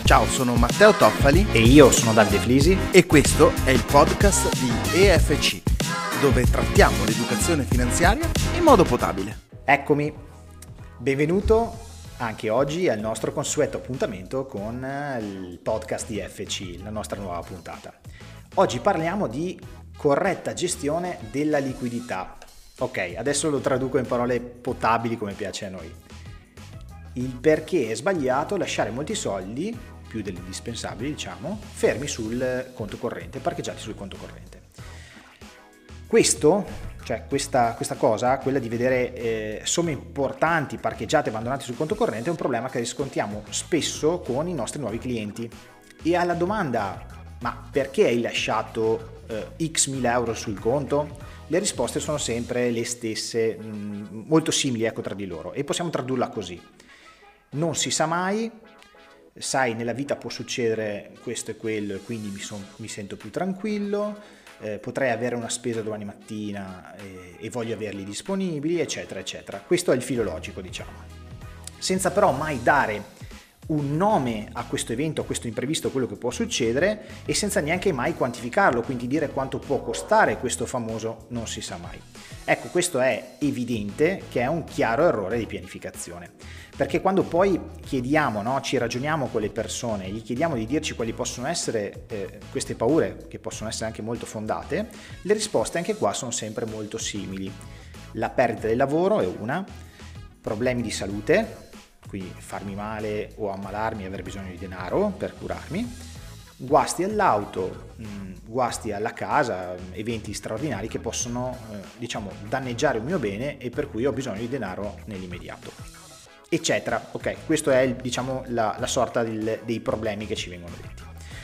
Ciao, sono Matteo Toffali E io sono Davide Flisi e questo è il podcast di EFC, dove trattiamo l'educazione finanziaria in modo potabile. Eccomi, benvenuto anche oggi al nostro consueto appuntamento con il podcast di EFC, la nostra nuova puntata. Oggi parliamo di corretta gestione della liquidità. Ok, adesso lo traduco in parole potabili come piace a noi. Il perché è sbagliato lasciare molti soldi, più degli indispensabili diciamo, fermi sul conto corrente, parcheggiati sul conto corrente. Questa cosa, quella di vedere somme importanti parcheggiate e abbandonate sul conto corrente, è un problema che riscontriamo spesso con i nostri nuovi clienti. E alla domanda, ma perché hai lasciato x mila euro sul conto? Le risposte sono sempre le stesse, molto simili tra di loro, e possiamo tradurla così. Non si sa mai, sai, nella vita può succedere questo e quello e quindi mi sento più tranquillo, potrei avere una spesa domani mattina e voglio averli disponibili, eccetera, eccetera. Questo è il filo logico, diciamo. Senza però mai dare un nome a questo evento, a questo imprevisto, quello che può succedere, e senza neanche mai quantificarlo, quindi dire quanto può costare questo famoso non si sa mai. Ecco, questo è evidente che è un chiaro errore di pianificazione, perché quando poi chiediamo, ci ragioniamo con le persone, gli chiediamo di dirci quali possono essere queste paure, che possono essere anche molto fondate, le risposte anche qua sono sempre molto simili. La perdita del lavoro è una, problemi di salute, quindi farmi male o ammalarmi e aver bisogno di denaro per curarmi, guasti all'auto, guasti alla casa, eventi straordinari che possono danneggiare il mio bene e per cui ho bisogno di denaro nell'immediato, eccetera. Ok, questo è la sorta dei problemi che ci vengono detti.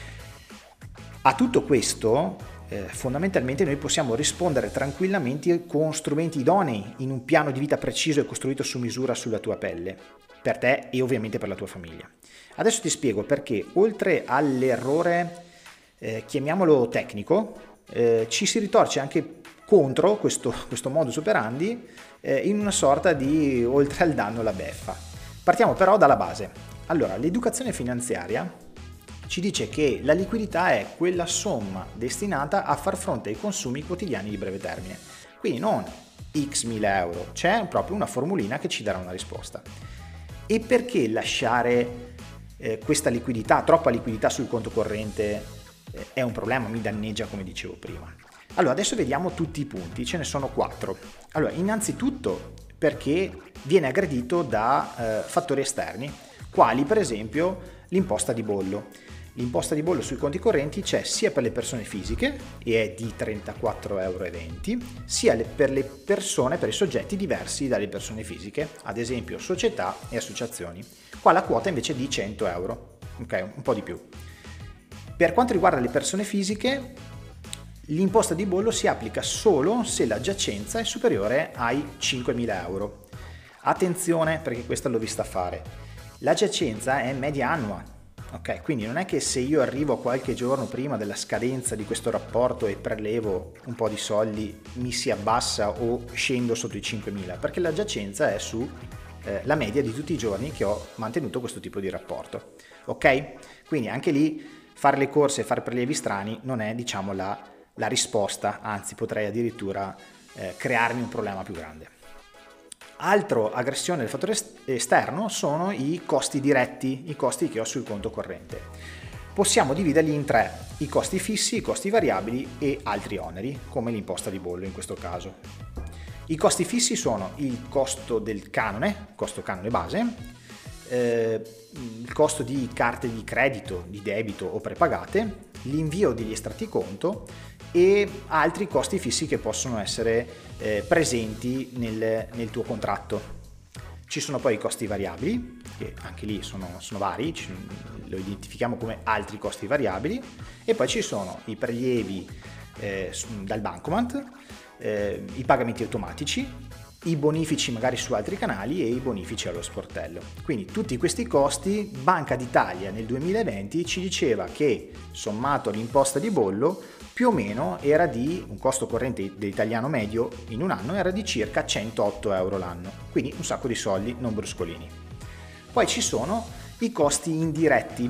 A tutto questo fondamentalmente noi possiamo rispondere tranquillamente con strumenti idonei, in un piano di vita preciso e costruito su misura sulla tua pelle, per te e ovviamente per la tua famiglia. Adesso ti spiego perché, oltre all'errore, chiamiamolo tecnico, ci si ritorce anche contro questo modus operandi in una sorta di oltre al danno la beffa. Partiamo però dalla base. Allora, l'educazione finanziaria ci dice che la liquidità è quella somma destinata a far fronte ai consumi quotidiani di breve termine. Quindi non x mila euro, c'è proprio una formulina che ci darà una risposta. E perché lasciare questa liquidità, troppa liquidità sul conto corrente è un problema, mi danneggia come dicevo prima? Allora, adesso vediamo tutti i punti, ce ne sono 4. Allora, innanzitutto perché viene aggredito da fattori esterni, quali per esempio l'imposta di bollo. L'imposta di bollo sui conti correnti c'è sia per le persone fisiche, e è di 34,20 euro, sia per le persone, per i soggetti diversi dalle persone fisiche, ad esempio società e associazioni. Qua la quota invece è di 100 euro, ok, un po' di più. Per quanto riguarda le persone fisiche, l'imposta di bollo si applica solo se la giacenza è superiore ai 5.000 euro. Attenzione, perché questa l'ho vista fare. La giacenza è media annua. Ok, quindi non è che se io arrivo qualche giorno prima della scadenza di questo rapporto e prelevo un po' di soldi mi si abbassa o scendo sotto i 5.000, perché la giacenza è su la media di tutti i giorni che ho mantenuto questo tipo di rapporto. Ok? Quindi anche lì fare le corse e fare prelievi strani non è la risposta, anzi potrei addirittura crearmi un problema più grande. Altro aggressione del fattore esterno sono i costi diretti, i costi che ho sul conto corrente. Possiamo dividerli in 3, i costi fissi, i costi variabili e altri oneri, come l'imposta di bollo in questo caso. I costi fissi sono il costo del canone, costo canone base, il costo di carte di credito, di debito o prepagate, l'invio degli estratti conto e altri costi fissi che possono essere presenti nel tuo contratto. Ci sono poi i costi variabili, che anche lì sono vari, lo identifichiamo come altri costi variabili, e poi ci sono i prelievi dal bancomat, i pagamenti automatici, i bonifici magari su altri canali e i bonifici allo sportello. Quindi tutti questi costi, Banca d'Italia nel 2020 ci diceva che sommato l'imposta di bollo più o meno era di un costo corrente dell'italiano medio in un anno era di circa 108 euro l'anno, quindi un sacco di soldi, non bruscolini. Poi ci sono i costi indiretti.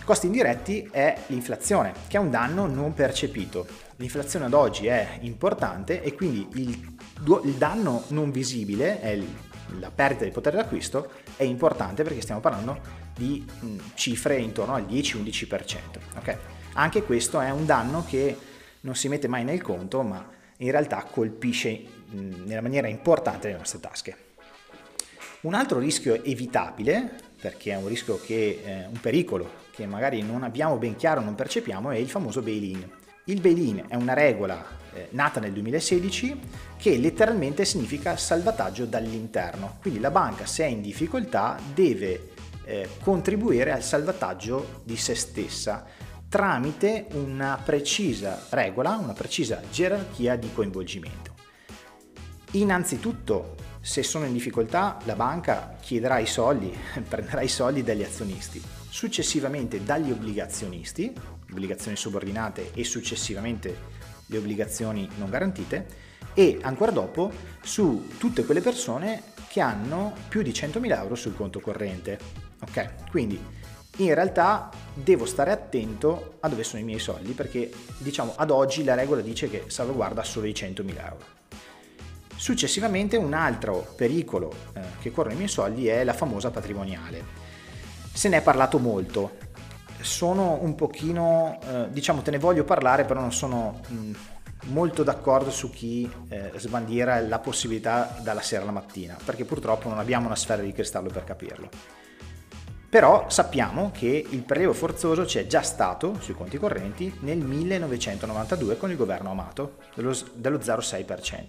Costi indiretti è l'inflazione, che è un danno non percepito. L'inflazione ad oggi è importante e quindi il danno non visibile, la perdita di potere d'acquisto, è importante perché stiamo parlando di cifre intorno al 10-11%. Okay? Anche questo è un danno che non si mette mai nel conto, ma in realtà colpisce nella maniera importante le nostre tasche. Un altro rischio evitabile, perché è un rischio un pericolo che magari non abbiamo ben chiaro, non percepiamo, è il famoso bail-in. Il bail-in è una regola nata nel 2016 che letteralmente significa salvataggio dall'interno. Quindi la banca, se è in difficoltà, deve contribuire al salvataggio di se stessa tramite una precisa regola, una precisa gerarchia di coinvolgimento. Innanzitutto, se sono in difficoltà, la banca chiederà i soldi, prenderà i soldi dagli azionisti, successivamente dagli obbligazionisti, obbligazioni subordinate e successivamente le obbligazioni non garantite, e ancora dopo su tutte quelle persone che hanno più di 100.000 euro sul conto corrente. Ok, quindi in realtà devo stare attento a dove sono i miei soldi, perché diciamo ad oggi la regola dice che salvaguarda solo i 100.000 euro. Successivamente un altro pericolo che corrono i miei soldi è la famosa patrimoniale. Se ne è parlato molto, sono un pochino, diciamo te ne voglio parlare, però non sono molto d'accordo su chi sbandiera la possibilità dalla sera alla mattina, perché purtroppo non abbiamo una sfera di cristallo per capirlo. Però sappiamo che il prelievo forzoso c'è già stato sui conti correnti nel 1992 con il governo Amato, dello 0,6%.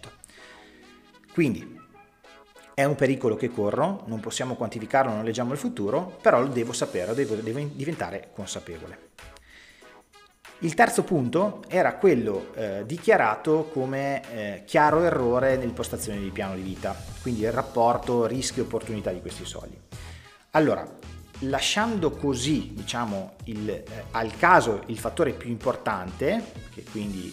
Quindi è un pericolo che corro, non possiamo quantificarlo, non leggiamo il futuro, però lo devo sapere, devo diventare consapevole. Il terzo punto era quello dichiarato come chiaro errore nell'impostazione di piano di vita, quindi il rapporto rischio-opportunità di questi soldi. Allora, lasciando così, diciamo, al caso il fattore più importante, che quindi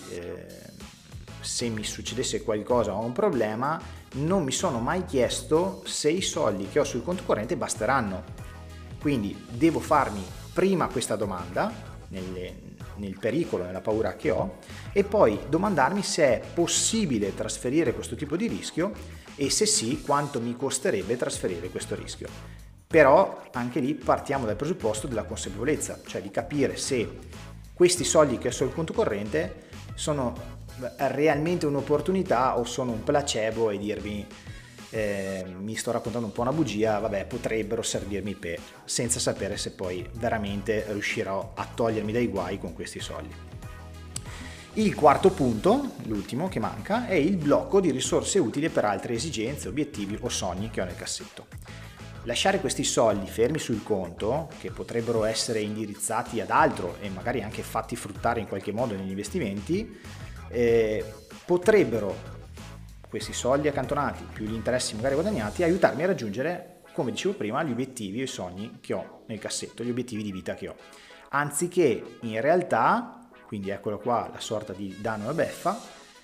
se mi succedesse qualcosa o un problema, non mi sono mai chiesto se i soldi che ho sul conto corrente basteranno. Quindi devo farmi prima questa domanda, nel pericolo, nella paura che ho, e poi domandarmi se è possibile trasferire questo tipo di rischio e se sì, quanto mi costerebbe trasferire questo rischio. Però anche lì partiamo dal presupposto della consapevolezza, cioè di capire se questi soldi che ho sul conto corrente sono realmente un'opportunità o sono un placebo e dirmi mi sto raccontando un po' una bugia, vabbè, potrebbero servirmi senza sapere se poi veramente riuscirò a togliermi dai guai con questi soldi. Il quarto punto, l'ultimo che manca, è il blocco di risorse utili per altre esigenze, obiettivi o sogni che ho nel cassetto. Lasciare questi soldi fermi sul conto, che potrebbero essere indirizzati ad altro e magari anche fatti fruttare in qualche modo negli investimenti, potrebbero, questi soldi accantonati più gli interessi magari guadagnati, aiutarmi a raggiungere, come dicevo prima, gli obiettivi e i sogni che ho nel cassetto, gli obiettivi di vita che ho, anziché in realtà, quindi eccolo qua la sorta di danno e beffa,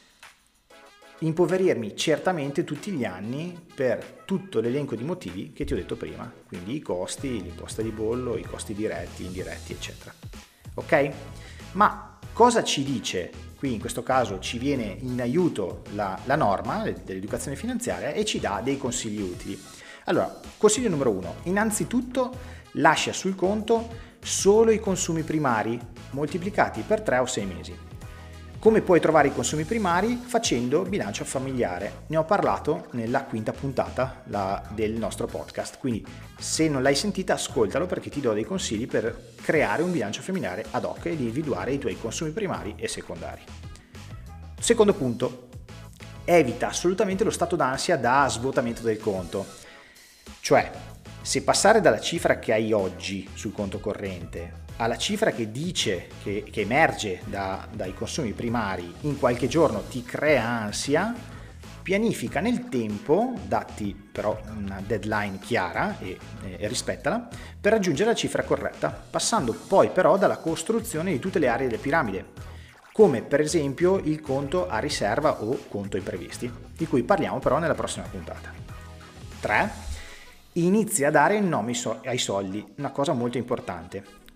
impoverirmi certamente tutti gli anni per tutto l'elenco di motivi che ti ho detto prima, quindi i costi, l'imposta di bollo, i costi diretti, indiretti, eccetera. Ok? Ma cosa ci dice? Qui in questo caso ci viene in aiuto la norma dell'educazione finanziaria e ci dà dei consigli utili. Allora, consiglio numero 1, innanzitutto lascia sul conto solo i consumi primari moltiplicati per 3 o 6 mesi. Come puoi trovare i consumi primari? Facendo bilancio familiare. Ne ho parlato nella quinta puntata del nostro podcast, quindi se non l'hai sentita ascoltalo perché ti do dei consigli per creare un bilancio familiare ad hoc e di individuare i tuoi consumi primari e secondari. Secondo punto, evita assolutamente lo stato d'ansia da svuotamento del conto. Cioè, se passare dalla cifra che hai oggi sul conto corrente alla cifra che dice che emerge dai consumi primari in qualche giorno ti crea ansia, pianifica nel tempo, datti però una deadline chiara e rispettala, per raggiungere la cifra corretta, passando poi però dalla costruzione di tutte le aree della piramide, come per esempio il conto a riserva o conto imprevisti, di cui parliamo però nella prossima puntata. 3. Inizia a dare il nome ai soldi, una cosa molto importante.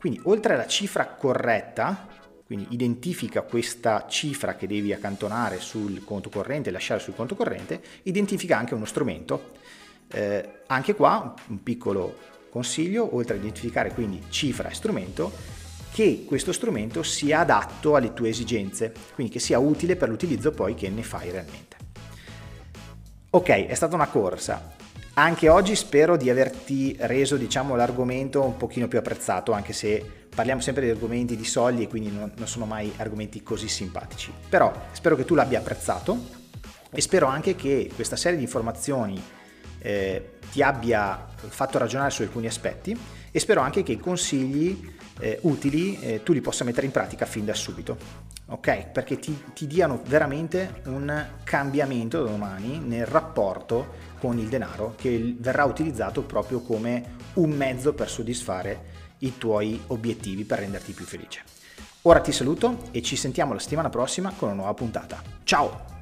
Quindi oltre alla cifra corretta, quindi identifica questa cifra che devi accantonare sul conto corrente e lasciare sul conto corrente, identifica anche uno strumento. Anche qua un piccolo consiglio: oltre a identificare quindi cifra e strumento, che questo strumento sia adatto alle tue esigenze, quindi che sia utile per l'utilizzo poi che ne fai realmente. Ok, è stata una corsa. Anche oggi spero di averti reso, l'argomento un pochino più apprezzato, anche se parliamo sempre di argomenti di soldi e quindi non sono mai argomenti così simpatici. Però spero che tu l'abbia apprezzato e spero anche che questa serie di informazioni ti abbia fatto ragionare su alcuni aspetti, e spero anche che i consigli utili tu li possa mettere in pratica fin da subito, ok? Perché ti diano veramente un cambiamento da domani nel rapporto con il denaro, che verrà utilizzato proprio come un mezzo per soddisfare i tuoi obiettivi, per renderti più felice. Ora ti saluto e ci sentiamo la settimana prossima con una nuova puntata. Ciao!